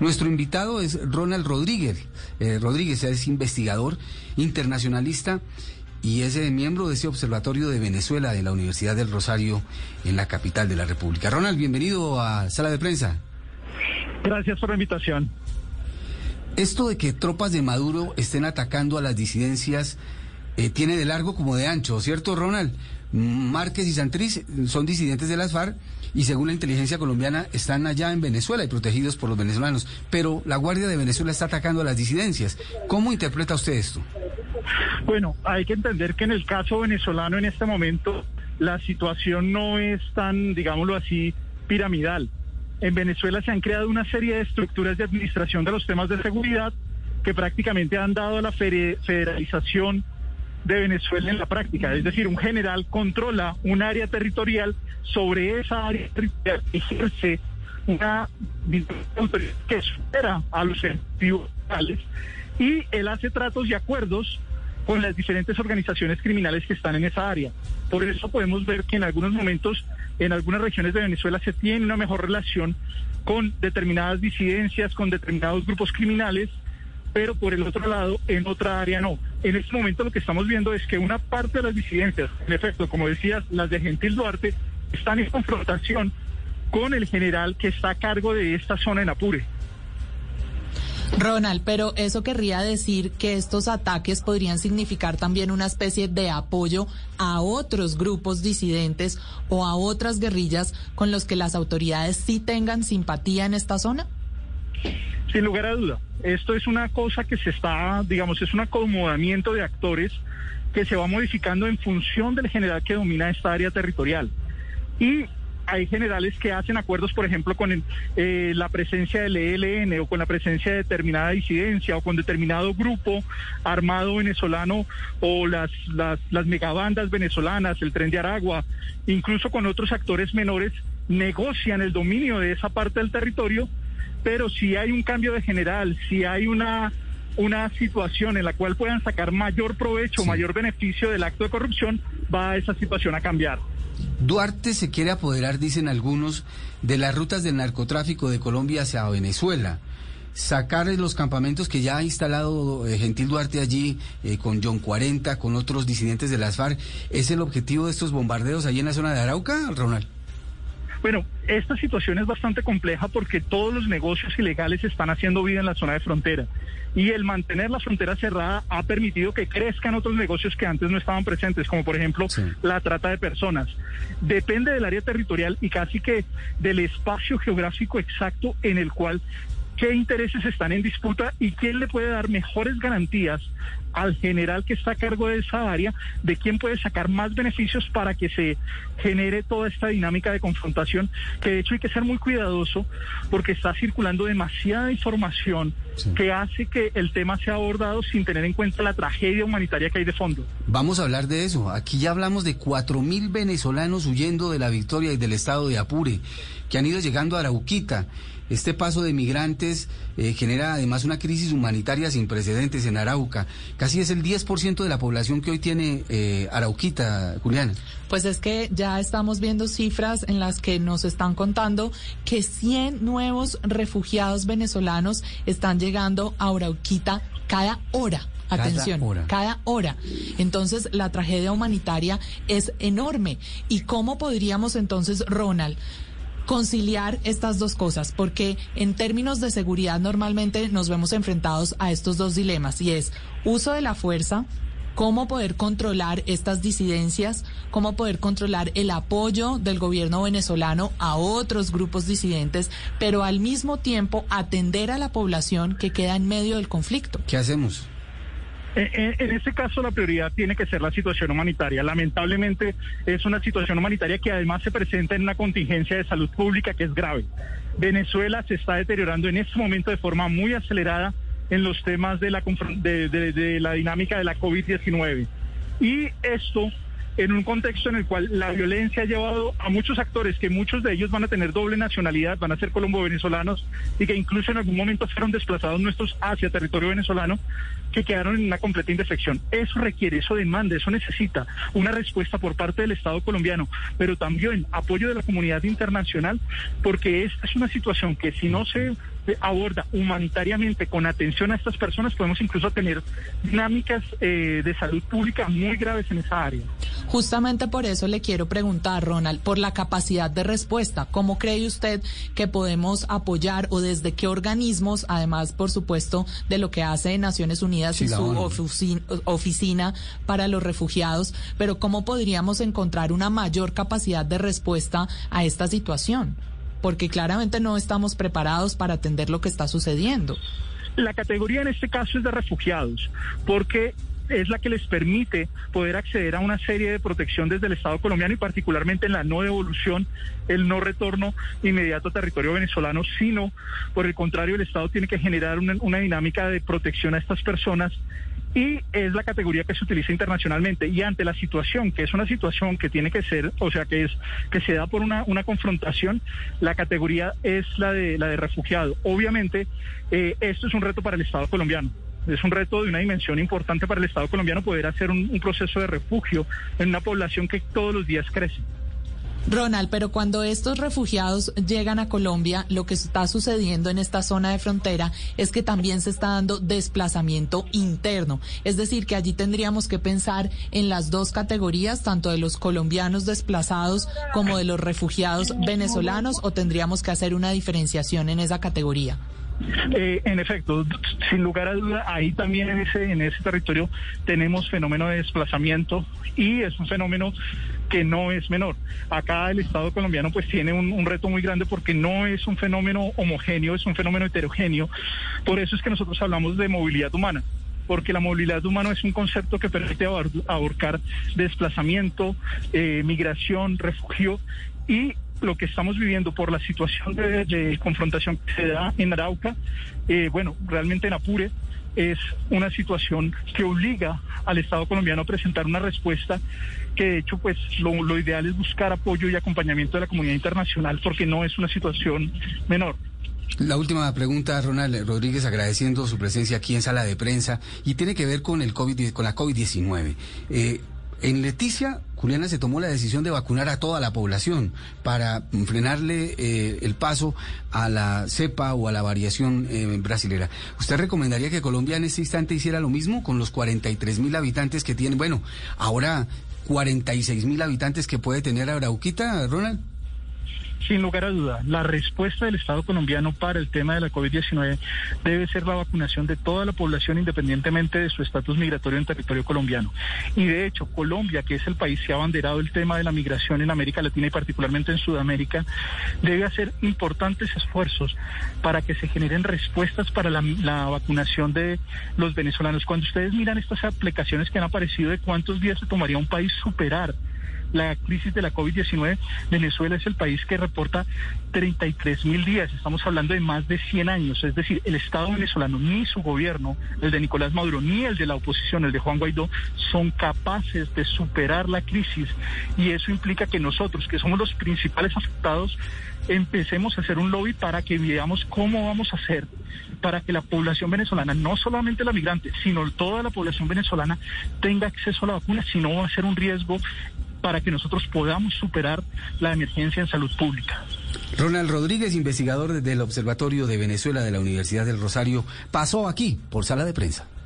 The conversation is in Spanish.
Nuestro invitado es Ronald Rodríguez. Rodríguez es investigador internacionalista y es miembro de ese Observatorio de Venezuela de la Universidad del Rosario en la capital de la República. Ronald, bienvenido a Sala de Prensa. Gracias por la invitación. Esto de que tropas de Maduro estén atacando a las disidencias tiene de largo como de ancho, ¿cierto, Ronald? Márquez y Santrich son disidentes de las FARC y según la inteligencia colombiana están allá en Venezuela y protegidos por los venezolanos, pero la Guardia de Venezuela está atacando a las disidencias. ¿Cómo interpreta usted esto? Bueno, hay que entender que en el caso venezolano en este momento la situación no es tan, digámoslo así, piramidal. En Venezuela se han creado una serie de estructuras de administración de los temas de seguridad que prácticamente han dado a la federalización de Venezuela en la práctica. Es decir, un general controla un área territorial, sobre esa área territorial ejerce una autoridad que supera a los ejecutivos locales y él hace tratos y acuerdos con las diferentes organizaciones criminales que están en esa área. Por eso podemos ver que en algunos momentos, en algunas regiones de Venezuela se tiene una mejor relación con determinadas disidencias, con determinados grupos criminales, pero por el otro lado, en otra área no. En este momento lo que estamos viendo es que una parte de las disidencias, en efecto, como decías, las de Gentil Duarte, están en confrontación con el general que está a cargo de esta zona en Apure. Ronald, pero eso querría decir que estos ataques podrían significar también una especie de apoyo a otros grupos disidentes o a otras guerrillas con los que las autoridades sí tengan simpatía en esta zona. Sin lugar a duda, esto es una cosa que se está, digamos, es un acomodamiento de actores que se va modificando en función del general que domina esta área territorial. Y hay generales que hacen acuerdos, por ejemplo, con la presencia del ELN o con la presencia de determinada disidencia o con determinado grupo armado venezolano o las megabandas venezolanas, el Tren de Aragua, incluso con otros actores menores, negocian el dominio de esa parte del territorio. Pero si hay un cambio de general, si hay una situación en la cual puedan sacar mayor provecho, mayor beneficio del acto de corrupción, va esa situación a cambiar. Duarte se quiere apoderar, dicen algunos, de las rutas del narcotráfico de Colombia hacia Venezuela. Sacar los campamentos que ya ha instalado Gentil Duarte allí, con John 40, con otros disidentes de las FARC. ¿Es el objetivo de estos bombardeos allí en la zona de Arauca, Ronald? Bueno, esta situación es bastante compleja porque todos los negocios ilegales están haciendo vida en la zona de frontera y el mantener la frontera cerrada ha permitido que crezcan otros negocios que antes no estaban presentes, como por ejemplo la trata de personas. Depende del área territorial y casi que del espacio geográfico exacto en el cual qué intereses están en disputa y quién le puede dar mejores garantías al general que está a cargo de esa área, de quién puede sacar más beneficios para que se genere toda esta dinámica de confrontación, que de hecho hay que ser muy cuidadoso porque está circulando demasiada información que hace que el tema sea abordado sin tener en cuenta la tragedia humanitaria que hay de fondo. Vamos a hablar de eso. Aquí ya hablamos de 4.000 venezolanos huyendo de la Victoria y del estado de Apure, que han ido llegando a Arauquita. Este paso de migrantes genera además una crisis humanitaria sin precedentes en Arauca. Casi es el 10% de la población que hoy tiene Arauquita, Juliana. Pues es que ya estamos viendo cifras en las que nos están contando que 100 nuevos refugiados venezolanos están llegando a Arauquita cada hora. Atención, cada hora. Entonces, la tragedia humanitaria es enorme. ¿Y cómo podríamos entonces, Ronald, conciliar estas dos cosas? Porque en términos de seguridad normalmente nos vemos enfrentados a estos dos dilemas y es uso de la fuerza, cómo poder controlar estas disidencias, cómo poder controlar el apoyo del gobierno venezolano a otros grupos disidentes, pero al mismo tiempo atender a la población que queda en medio del conflicto. ¿Qué hacemos? En este caso la prioridad tiene que ser la situación humanitaria. Lamentablemente es una situación humanitaria que además se presenta en una contingencia de salud pública que es grave. Venezuela se está deteriorando en este momento de forma muy acelerada en los temas de la dinámica de la COVID-19. Y esto en un contexto en el cual la violencia ha llevado a muchos actores, que muchos de ellos van a tener doble nacionalidad, van a ser colombo-venezolanos, y que incluso en algún momento fueron desplazados nuestros hacia territorio venezolano, que quedaron en una completa indefección. Eso requiere, eso demanda, eso necesita una respuesta por parte del Estado colombiano, pero también apoyo de la comunidad internacional, porque esta es una situación que si no se aborda humanitariamente con atención a estas personas, podemos incluso tener dinámicas de salud pública muy graves en esa área. Justamente por eso le quiero preguntar, Ronald, por la capacidad de respuesta. ¿Cómo cree usted que podemos apoyar o desde qué organismos, además, por supuesto, de lo que hace Naciones Unidas y su oficina para los refugiados, pero cómo podríamos encontrar una mayor capacidad de respuesta a esta situación? Porque claramente no estamos preparados para atender lo que está sucediendo. La categoría en este caso es de refugiados, porque es la que les permite poder acceder a una serie de protección desde el Estado colombiano y particularmente en la no devolución, el no retorno inmediato a territorio venezolano, sino por el contrario el Estado tiene que generar una dinámica de protección a estas personas y es la categoría que se utiliza internacionalmente. Y ante la situación, que es una situación que tiene que ser, o sea, que se da por una confrontación, la categoría es la de refugiado. Obviamente, esto es un reto para el Estado colombiano. Es un reto de una dimensión importante para el Estado colombiano poder hacer un proceso de refugio en una población que todos los días crece. Ronald, pero cuando estos refugiados llegan a Colombia, lo que está sucediendo en esta zona de frontera es que también se está dando desplazamiento interno. Es decir, que allí tendríamos que pensar en las dos categorías, tanto de los colombianos desplazados como de los refugiados venezolanos, o tendríamos que hacer una diferenciación en esa categoría. En efecto, sin lugar a duda, ahí también en ese territorio tenemos fenómeno de desplazamiento y es un fenómeno que no es menor. Acá el Estado colombiano pues tiene un reto muy grande porque no es un fenómeno homogéneo, es un fenómeno heterogéneo. Por eso es que nosotros hablamos de movilidad humana, porque la movilidad humana es un concepto que permite abarcar desplazamiento, migración, refugio y lo que estamos viviendo por la situación de confrontación que se da en Arauca, realmente en Apure, es una situación que obliga al Estado colombiano a presentar una respuesta que de hecho pues lo ideal es buscar apoyo y acompañamiento de la comunidad internacional porque no es una situación menor. La última pregunta, Ronald Rodríguez, agradeciendo su presencia aquí en Sala de Prensa y tiene que ver con la COVID-19. En Leticia, Juliana, se tomó la decisión de vacunar a toda la población para frenarle el paso a la cepa o a la variación brasilera. ¿Usted recomendaría que Colombia en este instante hiciera lo mismo con los 43.000 habitantes que tiene? Bueno, ahora 46.000 habitantes que puede tener Arauquita, Ronald. Sin lugar a duda, la respuesta del Estado colombiano para el tema de la COVID-19 debe ser la vacunación de toda la población independientemente de su estatus migratorio en territorio colombiano. Y de hecho, Colombia, que es el país que ha abanderado el tema de la migración en América Latina y particularmente en Sudamérica, debe hacer importantes esfuerzos para que se generen respuestas para la vacunación de los venezolanos. Cuando ustedes miran estas aplicaciones que han aparecido de cuántos días se tomaría un país superar la crisis de la COVID-19, Venezuela es el país que reporta 33.000 días. Estamos hablando de más de 100 años. Es decir, el Estado venezolano, ni su gobierno, el de Nicolás Maduro, ni el de la oposición, el de Juan Guaidó, son capaces de superar la crisis. Y eso implica que nosotros, que somos los principales afectados, empecemos a hacer un lobby para que veamos cómo vamos a hacer para que la población venezolana, no solamente la migrante, sino toda la población venezolana tenga acceso a la vacuna, si no va a ser un riesgo para que nosotros podamos superar la emergencia en salud pública. Ronald Rodríguez, investigador del Observatorio de Venezuela de la Universidad del Rosario, pasó aquí por Sala de Prensa.